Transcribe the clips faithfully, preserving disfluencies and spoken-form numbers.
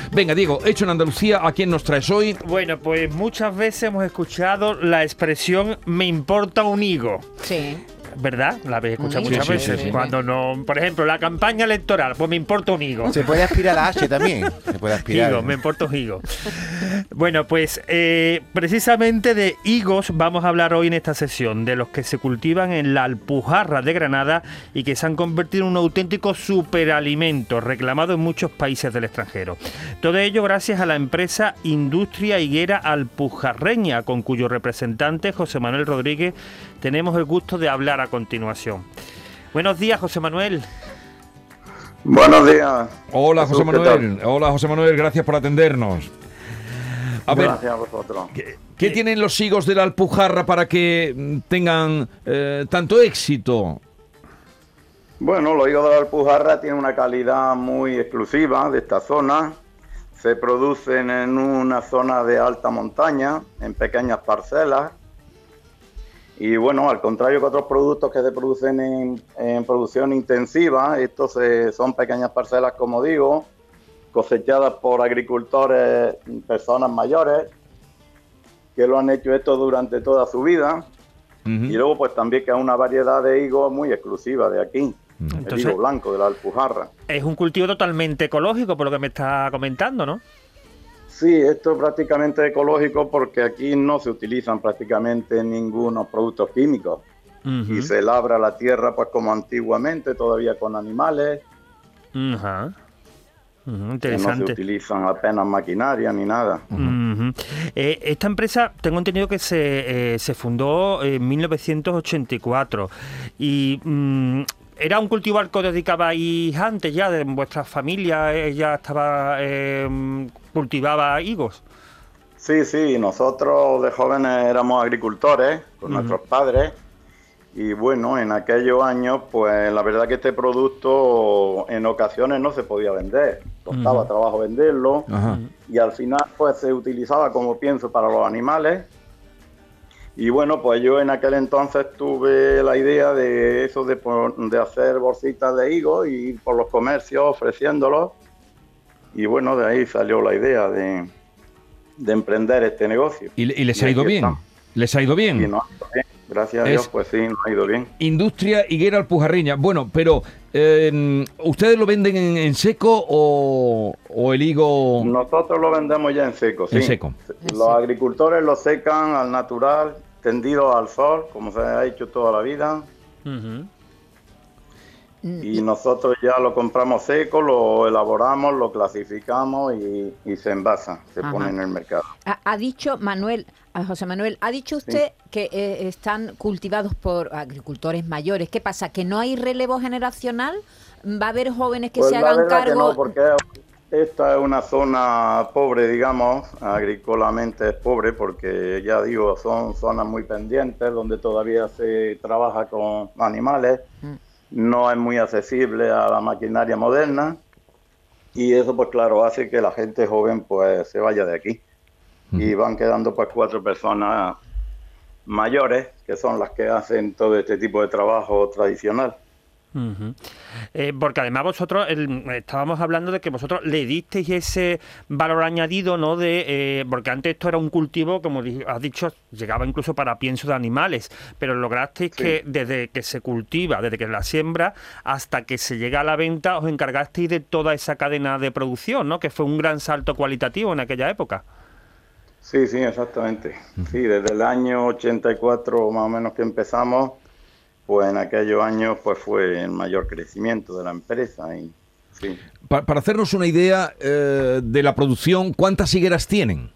Venga, Diego, hecho en Andalucía, ¿a quién nos traes hoy? Bueno, pues muchas veces hemos escuchado la expresión me importa un higo. Sí. ¿Verdad? La habéis escuchado Sí, muchas sí, veces. sí, sí. Cuando no, por ejemplo, la campaña electoral, pues me importa un higo. Se puede aspirar a H también. Se puede aspirar. Higo, me importa un higo. Bueno, pues eh, precisamente de higos vamos a hablar hoy en esta sesión, de los que se cultivan en la Alpujarra de Granada y que se han convertido en un auténtico superalimento reclamado en muchos países del extranjero. Todo ello gracias a la empresa Industria Higuera Alpujarreña, con cuyo representante, José Manuel Rodríguez, tenemos el gusto de hablar a continuación. Buenos días, José Manuel. Buenos días. Hola, José ¿Qué Manuel. Hola, José Manuel, gracias por atendernos. A ver, Gracias a vosotros. ¿qué, qué tienen los higos de la Alpujarra para que mm, tengan eh, tanto éxito? Bueno, los higos de la Alpujarra tienen una calidad muy exclusiva de esta zona. Se producen en una zona de alta montaña, en pequeñas parcelas. Y bueno, al contrario que otros productos que se producen en, en producción intensiva, estos eh, son pequeñas parcelas, como digo, cosechadas por agricultores, personas mayores, que lo han hecho esto durante toda su vida. Uh-huh. Y luego pues también que es una variedad de higos muy exclusiva de aquí, Uh-huh. el Entonces, higo blanco de la Alpujarra. Es un cultivo totalmente ecológico, por lo que me está comentando, ¿no? Sí, esto es prácticamente ecológico porque aquí no se utilizan prácticamente ningunos productos químicos. Uh-huh. Y se labra la tierra pues como antiguamente, todavía con animales. Ajá. Uh-huh. Que no se Interesante. utilizan apenas maquinaria ni nada. Uh-huh. Eh, esta empresa, tengo entendido que se, eh, se fundó en mil novecientos ochenta y cuatro y mm, ¿era un cultivo al que os dedicabais antes ya? ¿De vuestra familia eh, ya estaba eh, cultivaba higos? Sí, sí, nosotros de jóvenes éramos agricultores con Uh-huh. nuestros padres. Y bueno, en aquellos años, pues la verdad que este producto en ocasiones no se podía vender. Costaba Uh-huh. trabajo venderlo. Ajá. Y al final pues se utilizaba como pienso para los animales. Y bueno, pues yo en aquel entonces tuve la idea de eso de, pon- de hacer bolsitas de higo y ir por los comercios ofreciéndolos. Y bueno, de ahí salió la idea de, de emprender este negocio. ¿Y, y les Y ha ido aquí bien? estamos. ¿Les ha ido bien? Y nos ha ido bien. Gracias a Es- Dios, pues sí, nos ha ido bien. Industria Higuera Alpujarreña. Bueno, pero eh, ¿ustedes lo venden en, en seco o, o el higo...? Nosotros lo vendemos ya en seco, sí. En seco. Los agricultores lo secan al natural, tendidos al sol, como se ha hecho toda la vida. Uh-huh. Y nosotros ya lo compramos seco, lo elaboramos, lo clasificamos y, y se envasa, se Ajá. pone en el mercado. Ha, ha dicho Manuel, a José Manuel, ha dicho usted que eh, están cultivados por agricultores mayores. ¿Qué pasa? ¿Que no hay relevo generacional? ¿Va a haber jóvenes que Pues se la hagan verdad que cargo? no, porque esta es una zona pobre, digamos, agrícolamente es pobre, porque ya digo, son zonas muy pendientes, donde todavía se trabaja con animales, Mm. no es muy accesible a la maquinaria moderna, y eso pues claro, hace que la gente joven pues se vaya de aquí. Y van quedando pues cuatro personas mayores, que son las que hacen todo este tipo de trabajo tradicional. Uh-huh. Eh, porque además vosotros, el, estábamos hablando de que vosotros le disteis ese valor añadido, ¿no? De eh, porque antes esto era un cultivo, como di- has dicho, llegaba incluso para pienso de animales, pero lograsteis Sí. que desde que se cultiva, desde que la siembra, hasta que se llega a la venta, os encargasteis de toda esa cadena de producción, ¿no? Que fue un gran salto cualitativo en aquella época. Sí, sí, exactamente. Sí, desde el año ochenta y cuatro más o menos que empezamos, pues en aquellos años pues fue el mayor crecimiento de la empresa. Y sí. Pa- para hacernos una idea eh, de la producción, ¿cuántas higueras tienen?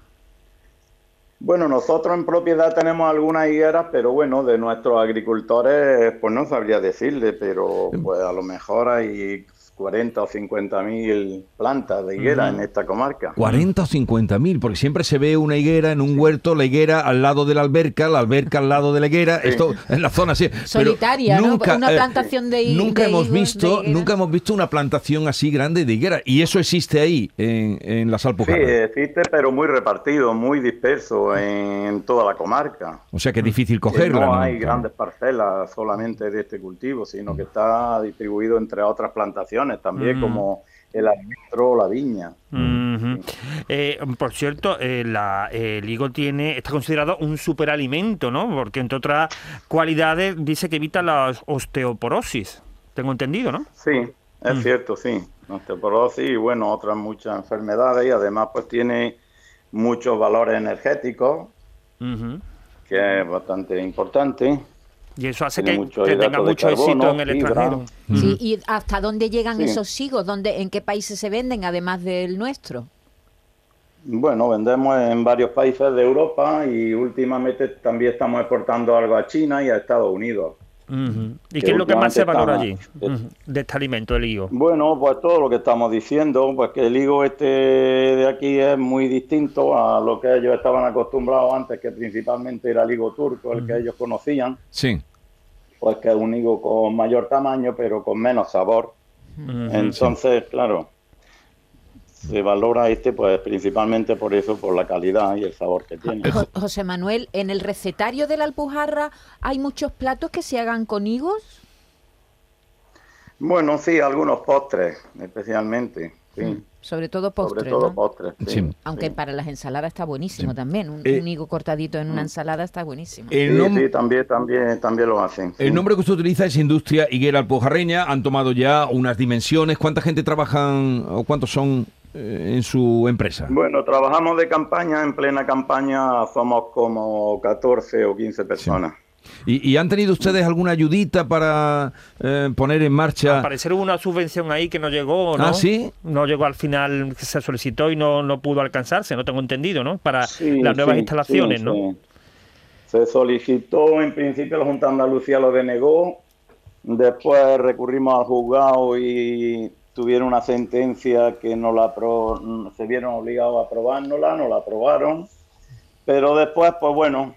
Bueno, nosotros en propiedad tenemos algunas higueras, pero bueno, de nuestros agricultores pues no sabría decirle, pero pues a lo mejor hay cuarenta o cincuenta mil plantas de higuera Ujú. en esta comarca. cuarenta o cincuenta mil, porque siempre se ve una higuera en un huerto, la higuera al lado de la alberca, la alberca al lado de la higuera, Sí. esto en la zona así. pero Solitaria, ¿no? Una plantación de hi- nunca de hemos higos, de visto, higuera. nunca hemos visto una plantación así grande de higuera, y eso existe ahí en, en las Sí, Alpujarras. existe, pero muy repartido, muy disperso en toda la comarca. O sea que es difícil Que cogerla. no hay Claro. grandes parcelas solamente de este cultivo, sino que está distribuido entre otras plantaciones también, Mm. como el almendro o la viña. Uh-huh. eh, por cierto, eh, la, eh, el higo tiene está considerado un superalimento, ¿no? Porque entre otras cualidades dice que evita la osteoporosis. Tengo entendido, ¿no? Sí, es Mm. cierto, sí. Osteoporosis y bueno, otras muchas enfermedades, y además pues tiene muchos valores energéticos, Uh-huh. que es bastante importante. Y eso hace Tiene que, mucho que tenga hidrato de mucho éxito carbono, en el fibra. extranjero. Sí, ¿y hasta dónde llegan Sí. esos higos? ¿Dónde, ¿En qué países se venden, además del nuestro? Bueno, vendemos en varios países de Europa y últimamente también estamos exportando algo a China y a Estados Unidos. Uh-huh. ¿Y Que qué es lo que más se últimamente valora allí está- uh-huh, de este alimento, el higo? Bueno, pues todo lo que estamos diciendo, pues que el higo este de aquí es muy distinto a lo que ellos estaban acostumbrados antes, que principalmente era el higo turco, el que ellos conocían, Sí. pues que es un higo con mayor tamaño pero con menos sabor. Uh-huh. Entonces, claro, se valora este pues principalmente por eso, por la calidad y el sabor que tiene. Jo- José Manuel, ¿en el recetario de la Alpujarra hay muchos platos que se hagan con higos? Bueno, sí, algunos postres, especialmente, sí. Sobre todo Sobre postres, todo ¿no? postres, sí. Sí. Aunque sí. para las ensaladas está buenísimo Sí. también. Un, Eh, un higo cortadito en una ensalada está buenísimo. El, Sí, nom- sí, también, también, también lo hacen. sí. el nombre que usted utiliza es Industria Higuera Alpujarreña. Han tomado ya unas dimensiones. ¿Cuánta gente trabajan o cuántos son eh, en su empresa? Bueno, trabajamos de campaña, en plena campaña somos como catorce o quince personas. ¿Y, y han tenido ustedes alguna ayudita para eh, poner en marcha? Al parecer hubo una subvención ahí que no llegó, ¿no? Ah, ¿sí? No llegó al final, que se solicitó y no, no pudo alcanzarse, no tengo entendido, ¿no? Para Sí, las nuevas sí, instalaciones, sí, ¿no? sí. Se solicitó, en principio la Junta de Andalucía lo denegó, después recurrimos al juzgado y tuvieron una sentencia que no la apro- se vieron obligados a aprobárnosla, no la aprobaron, pero después, pues bueno,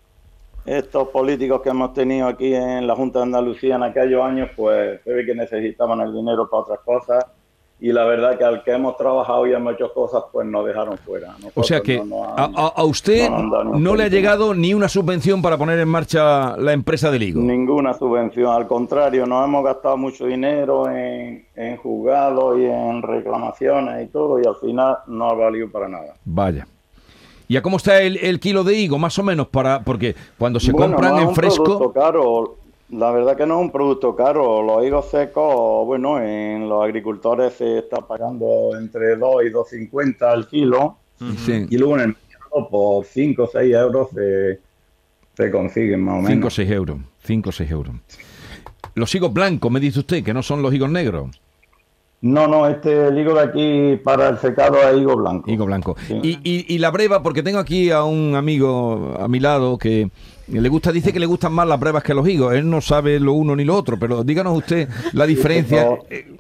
estos políticos que hemos tenido aquí en la Junta de Andalucía en aquellos años, pues se ve que necesitaban el dinero para otras cosas, y la verdad que al que hemos trabajado y hemos hecho cosas, pues nos dejaron fuera. O Nosotros sea que no nos a, han- a- a usted no nos han dado ni un no le ha céntimo. llegado ni una subvención para poner en marcha la empresa del higo. Ninguna subvención, al contrario, nos hemos gastado mucho dinero en, en juzgados y en reclamaciones y todo, y al final no ha valido para nada. Vaya. ¿Y a cómo está el, el kilo de higo, más o menos? para Porque cuando se Bueno, compran no es en un fresco... producto caro, la verdad que no es un producto caro. Los higos secos, bueno, en los agricultores se está pagando entre dos y dos cincuenta al kilo, Sí. y luego en el mercado por cinco o seis euros se, se consiguen más o menos. cinco o seis euros. cinco o seis euros. Los higos blancos, me dice usted, que no son los higos negros. No, no, este el higo de aquí para el secado es higo blanco. Higo blanco. Sí. Y, y, y la breva, porque tengo aquí a un amigo a mi lado que le gusta, dice que le gustan más las brevas que los higos. Él no sabe lo uno ni lo otro, pero díganos usted la diferencia. No.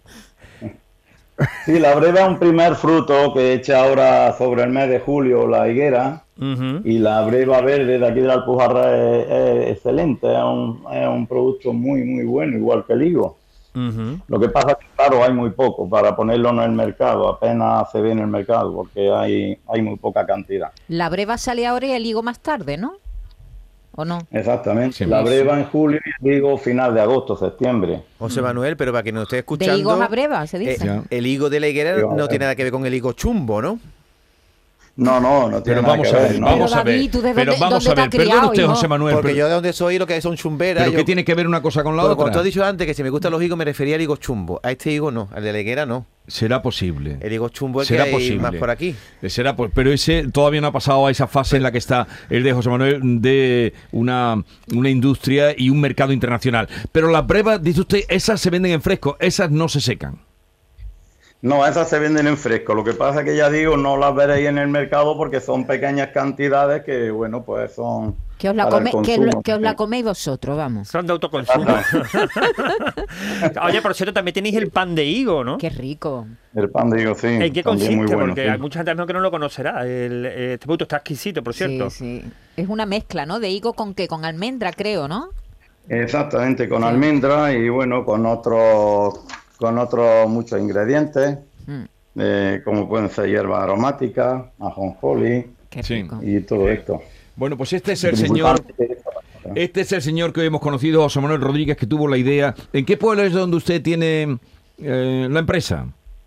Sí, la breva es un primer fruto que echa ahora sobre el mes de julio la higuera, Ujú. y la breva verde de aquí de la Alpujarra es, es excelente, es un, es un producto muy muy bueno, igual que el higo. Ujú. Lo que pasa es que claro, hay muy poco para ponerlo en el mercado, apenas se ve en el mercado porque hay, hay muy poca cantidad. La breva sale ahora y el higo más tarde, ¿no? ¿O no? Exactamente, Sí, la sí. breva en julio y el higo final de agosto, septiembre. José Manuel, pero para que nos esté escuchando... De higos a breva, se eh, dice. Ya. el higo de la higuera Higo a no breva. tiene nada que ver con el higo chumbo, ¿no? No, no, no tiene Pero nada vamos que a ver, ver, ¿no? vamos a Pero, ver. David, ¿tú de Pero dónde- vamos dónde a te ver, has criado, perdone usted, hijo? José Manuel. Porque pero, yo de donde soy lo que son chumberas... ¿pero yo- qué tiene que ver una cosa con la Porque otra? cuando tú has dicho antes que si me gustan los higos me refería al higo chumbo. A este higo no, al de la higuera no. Será posible. El higo chumbo es que Será hay posible. más por aquí. Eh, Será, po- pero ese todavía no ha pasado a esa fase en la que está el de José Manuel de una, una industria y un mercado internacional. Pero las brevas, dice usted, esas se venden en fresco, esas no se secan. No, esas se venden en fresco. Lo que pasa es que ya digo, no las veréis en el mercado porque son pequeñas cantidades que, bueno, pues son Que os la, para el come- que, consumo. lo- que os la coméis vosotros, vamos. Son de autoconsumo. Oye, por cierto, también tenéis el pan de higo, ¿no? Qué rico. El pan de higo, sí. ¿En qué también consiste? muy bueno, Porque sí. hay mucha gente que no lo conocerá. El- este producto está exquisito, por cierto. Sí, sí. Es una mezcla, ¿no? De higo con qué, con almendra, creo, ¿no? Exactamente, con almendra y, bueno, con otros con otros muchos ingredientes, Mm, eh, como pueden ser hierbas aromáticas, ajonjolí qué Sí. rico. y todo esto. Bueno, pues este es el señor... Este es el señor que hemos conocido, José Manuel Rodríguez, que tuvo la idea. ¿En qué pueblo es donde usted tiene eh, la empresa?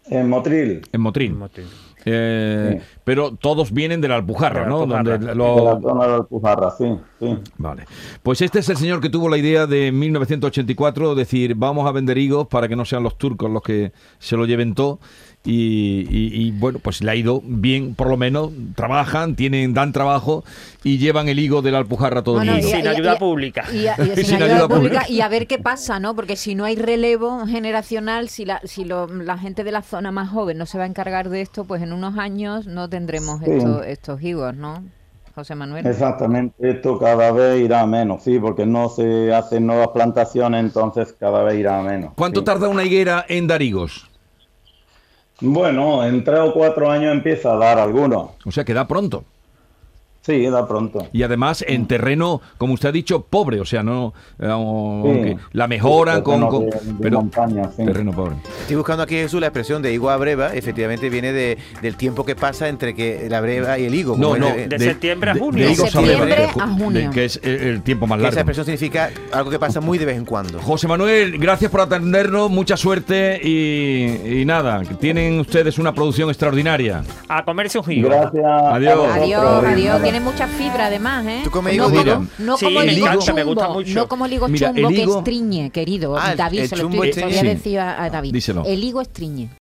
En Motril. En Motril. Motril. Eh, Sí. Pero todos vienen de la Alpujarra, De la ¿no? Alpujarra. Donde De lo- la zona de la Alpujarra, sí, sí. Vale. Pues este es el señor que tuvo la idea de en mil novecientos ochenta y cuatro decir, vamos a vender higos para que no sean los turcos los que se lo lleven todo. Y, y- y, bueno, pues le ha ido bien, por lo menos, trabajan, tienen, dan trabajo y llevan el higo de la Alpujarra todo Bueno, el y mundo. sin ayuda pública. Y, a- y sin, Sin ayuda, ayuda pública. pública. Y a ver qué pasa, ¿no? Porque si no hay relevo generacional, si la, si lo- la gente de la zona más joven no se va a encargar de esto, pues en unos años no tendremos Sí. estos, estos higos, ¿no? José Manuel. Exactamente, esto cada vez irá a menos, sí, porque no se hacen nuevas plantaciones, entonces cada vez irá a menos. ¿Cuánto sí. tarda una higuera en dar higos? Bueno, en tres o cuatro años empieza a dar algunos. O sea que da pronto. Sí, da pronto. Y además en terreno, como usted ha dicho, pobre, o sea, no eh, aunque Sí. la mejoran Sí, con, terreno con- de- de pero montaña, sí. terreno pobre. Estoy buscando aquí, Jesús, la expresión de higo a breva. Efectivamente viene de, del tiempo que pasa entre que la breva y el higo. No, como no, es de septiembre a junio. De, De higos a septiembre breva, a de- junio. que es el, el tiempo más que largo. esa expresión significa algo que pasa muy de vez en cuando. José Manuel, gracias por atendernos, mucha suerte y, y nada, que tienen ustedes una producción extraordinaria. A comerse un higo. Gracias. Adiós. a vosotros. Adiós, adiós. Nada. Tiene mucha fibra además, ¿eh? ¿Tú comes no higo, como, Mira. no Sí, como el me higo encanta, chumbo, me gusta mucho. no como el higo Mira, chumbo el que higo- estriñe, querido Ah, el- David, el se lo chumbo estoy, este- se lo voy a sí. decir a, a David. Díselo. El higo estriñe.